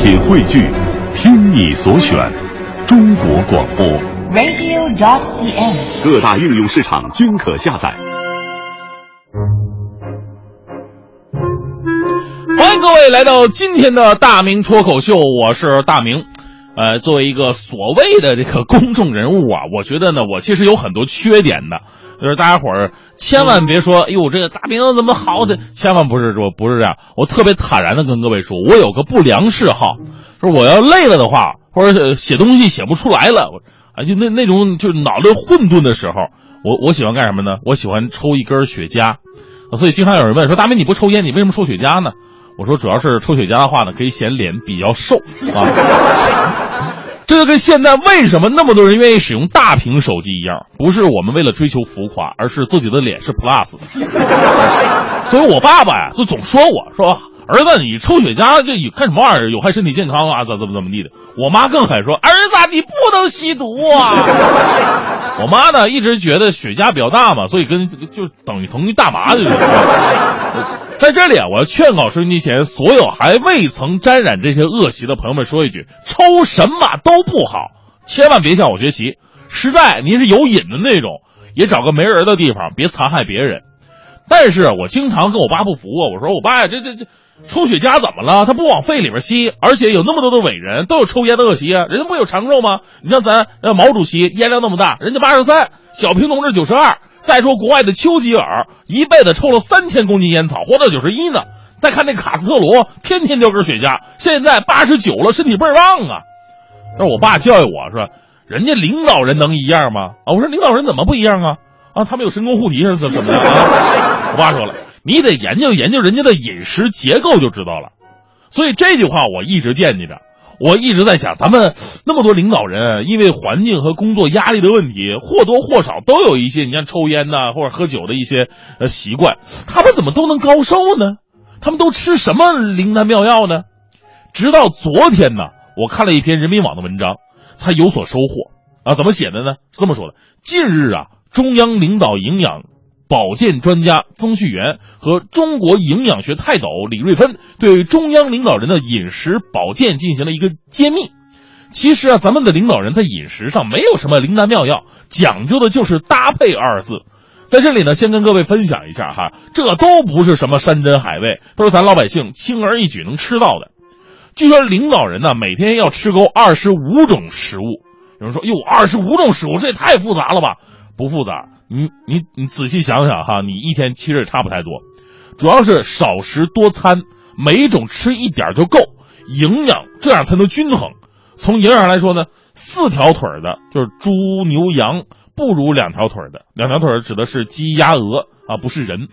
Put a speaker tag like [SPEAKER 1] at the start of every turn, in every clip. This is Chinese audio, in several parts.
[SPEAKER 1] 品汇聚，听你所选，中国广播
[SPEAKER 2] radio.cn，
[SPEAKER 1] 各大应用市场均可下载。
[SPEAKER 3] 欢迎各位来到今天的大明脱口秀，我是大明。作为一个所谓的这个公众人物啊，我觉得呢，我其实有很多缺点的，就是大家伙儿千万别说，哎呦，这个大明怎么好的，千万不是这样。我特别坦然的跟各位说，我有个不良嗜好，说我要累了的话，或者写东西写不出来了，就那种就是脑袋混沌的时候，我喜欢干什么呢？我喜欢抽一根雪茄，所以经常有人问说，大明你不抽烟，你为什么抽雪茄呢？我说主要是抽雪茄的话呢，可以显脸比较瘦啊。这就跟现在为什么那么多人愿意使用大屏手机一样，不是我们为了追求浮夸，而是自己的脸是 Plus 的。所以我爸爸呀就总说我说，儿子你抽雪茄这看什么玩意儿，有害身体健康啊，怎么地的。我妈更狠说，儿子你不能吸毒啊。我妈呢一直觉得雪茄比较大嘛，所以就等于大麻的。在这里啊，我要劝告收音机前所有还未曾沾染这些恶习的朋友们说一句，抽什么都不好，千万别向我学习。实在您是有瘾的那种，也找个没人的地方，别残害别人。但是我经常跟我爸不服啊，我说我爸呀，这抽雪茄怎么了？他不往肺里边吸，而且有那么多的伟人都有抽烟的恶习啊，人家不有长寿吗？你像咱毛主席烟量那么大，人家83，小平同志92。再说国外的丘吉尔一辈子抽了3000公斤烟草，活到91呢。再看那卡斯特罗，天天叼根雪茄，现在89了，身体倍儿棒啊。但是我爸教育我说，人家领导人能一样吗？我说领导人怎么不一样啊？他们有神功护体是怎么样啊？我爸说了，你得研究研究人家的饮食结构就知道了。所以这句话我一直惦记着。我一直在想，咱们那么多领导人，因为环境和工作压力的问题，或多或少都有一些你像抽烟呐或者喝酒的一些习惯，他们怎么都能高寿呢？他们都吃什么灵丹妙药呢？直到昨天呢，我看了一篇人民网的文章，才有所收获怎么写的呢？是这么说的：近日啊，中央领导营养保健专家曾旭元和中国营养学泰斗李瑞芬对中央领导人的饮食保健进行了一个揭秘。其实咱们的领导人在饮食上没有什么灵丹妙药，讲究的就是搭配2字。在这里呢，先跟各位分享一下哈，这都不是什么山珍海味，都是咱老百姓轻而易举能吃到的。据说领导人呢，每天要吃够25种食物。有人说，哟，25种食物，这也太复杂了吧？不复杂，你仔细想想哈，你一天其实也差不太多，主要是少食多餐，每一种吃一点就够，营养这样才能均衡。从营养上来说呢，4条腿的就是猪牛羊，不如2条腿的，2条腿指的是鸡鸭鹅不是人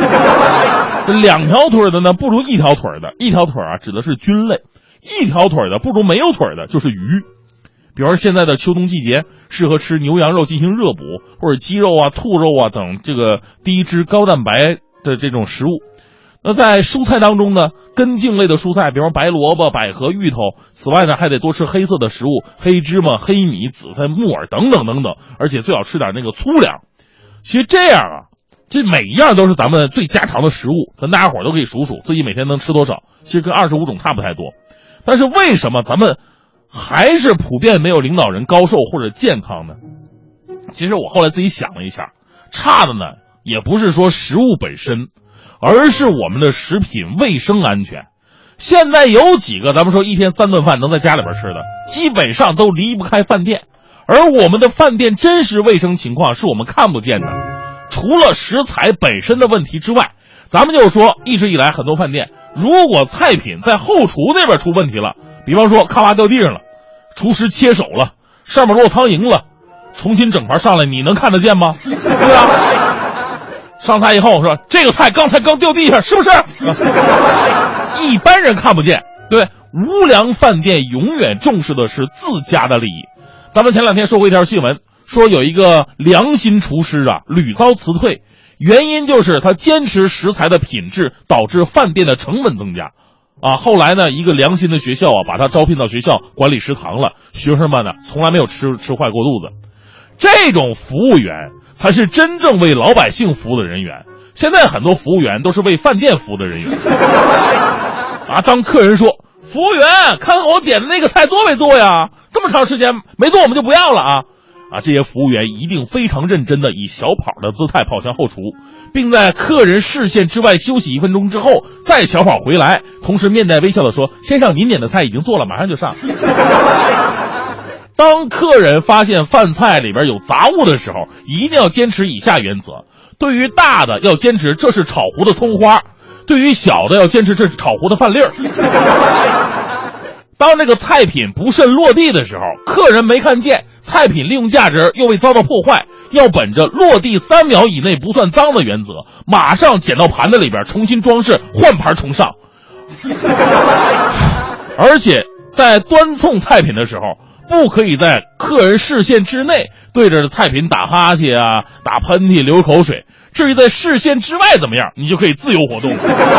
[SPEAKER 3] 2条腿的呢不如1条腿的，1条腿指的是菌类，1条腿的不如没有腿的，就是鱼。比如说现在的秋冬季节，适合吃牛羊肉进行热补，或者鸡肉兔肉等这个低脂高蛋白的这种食物。那在蔬菜当中呢，根茎类的蔬菜，比如白萝卜、百合、芋头，此外呢还得多吃黑色的食物，黑芝麻、黑米、紫菜、木耳等等等等，而且最好吃点那个粗粮。其实这样这每一样都是咱们最家常的食物，跟大家伙都可以数数自己每天能吃多少，其实跟25种差不太多。但是为什么咱们还是普遍没有领导人高寿或者健康呢？其实我后来自己想了一下，差的呢也不是说食物本身，而是我们的食品卫生安全。现在有几个咱们说一天3顿饭能在家里边吃的，基本上都离不开饭店，而我们的饭店真实卫生情况是我们看不见的。除了食材本身的问题之外，咱们就是说一直以来很多饭店，如果菜品在后厨那边出问题了，比方说咔吧掉地上了，厨师切手了，上面落苍蝇了，重新整盘上来，你能看得见吗？对啊，上菜以后说这个菜刚才刚掉地上，是不是？一般人看不见。对，无良饭店永远重视的是自家的利益。咱们前2天说过一条新闻，说有一个良心厨师屡遭辞退，原因就是他坚持食材的品质，导致饭店的成本增加。后来呢，一个良心的学校把他招聘到学校管理食堂了，学生们呢从来没有吃坏过肚子。这种服务员才是真正为老百姓服务的人员。现在很多服务员都是为饭店服务的人员当客人说服务员，看看我点的那个菜做没做呀？这么长时间没做，我们就不要了啊！这些服务员一定非常认真的以小跑的姿态跑向后厨，并在客人视线之外休息1分钟之后再小跑回来，同时面带微笑的说：“先生，您点的菜已经做了，马上就上。”当客人发现饭菜里边有杂物的时候，一定要坚持以下原则：对于大的要坚持这是炒糊的葱花，对于小的要坚持这是炒糊的饭粒儿。当这个菜品不慎落地的时候，客人没看见，菜品利用价值又未遭到破坏，要本着落地3秒以内不算脏的原则，马上捡到盘子里边重新装饰，换盘重上。而且在端送菜品的时候，不可以在客人视线之内对着菜品打哈欠啊、打喷嚏、流口水。至于在视线之外怎么样，你就可以自由活动。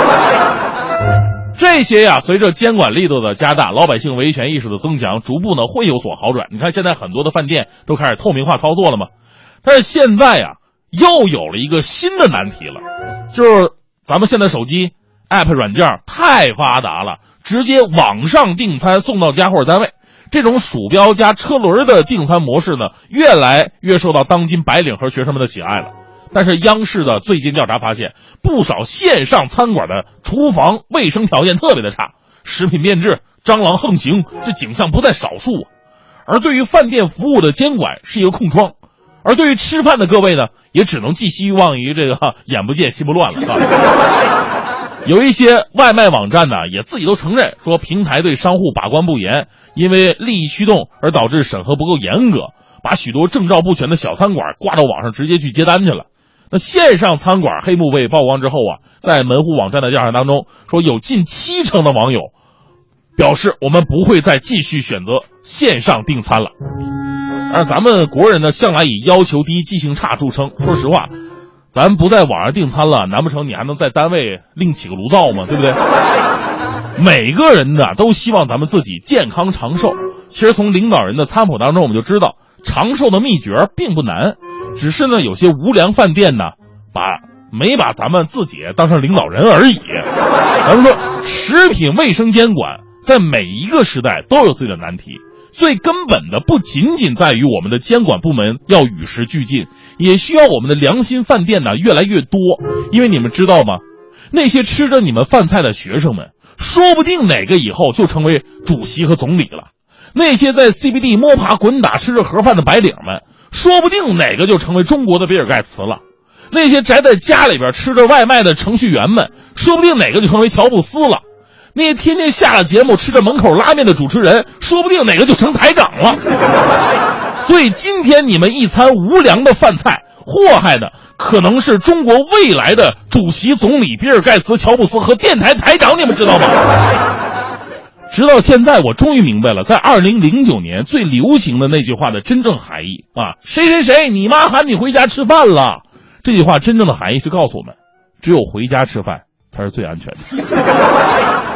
[SPEAKER 3] 这些呀，随着监管力度的加大，老百姓维权意识的增强，逐步呢会有所好转。你看现在很多的饭店都开始透明化操作了嘛。但是现在呀，又有了一个新的难题了，就是咱们现在手机 app 软件太发达了，直接网上订餐送到家或者单位。这种鼠标加车轮的订餐模式呢，越来越受到当今白领和学生们的喜爱了。但是央视的最近调查发现，不少线上餐馆的厨房卫生条件特别的差，食品变质、蟑螂横行，这景象不在少数啊。而对于饭店服务的监管是一个空窗，而对于吃饭的各位呢，也只能寄希望于这个眼不见心不乱了。有一些外卖网站呢，也自己都承认说平台对商户把关不严，因为利益驱动而导致审核不够严格，把许多证照不全的小餐馆挂到网上直接去接单去了。那线上餐馆黑幕被曝光之后啊，在门户网站的调查当中说，有近70%的网友表示我们不会再继续选择线上订餐了。而咱们国人呢，向来以要求低、记性差著称。说实话，咱不在网上订餐了，难不成你还能在单位另起个炉灶吗？对不对？每个人呢都希望咱们自己健康长寿。其实从领导人的餐谱当中我们就知道，长寿的秘诀并不难，只是呢有些无良饭店呢没把咱们自己当成领导人而已。咱们说食品卫生监管在每一个时代都有自己的难题，最根本的不仅仅在于我们的监管部门要与时俱进，也需要我们的良心饭店呢越来越多。因为你们知道吗，那些吃着你们饭菜的学生们，说不定哪个以后就成为主席和总理了。那些在 CBD 摸爬滚打吃着盒饭的白领们，说不定哪个就成为中国的比尔盖茨了。那些宅在家里边吃着外卖的程序员们，说不定哪个就成为乔布斯了。那些天天下了节目吃着门口拉面的主持人，说不定哪个就成台长了。所以今天你们一餐无良的饭菜，祸害的可能是中国未来的主席、总理比尔盖茨、乔布斯和电台台长，你们知道吗？直到现在我终于明白了，在2009年最流行的那句话的真正含义啊，谁谁谁你妈喊你回家吃饭了。这句话真正的含义是告诉我们，只有回家吃饭才是最安全的。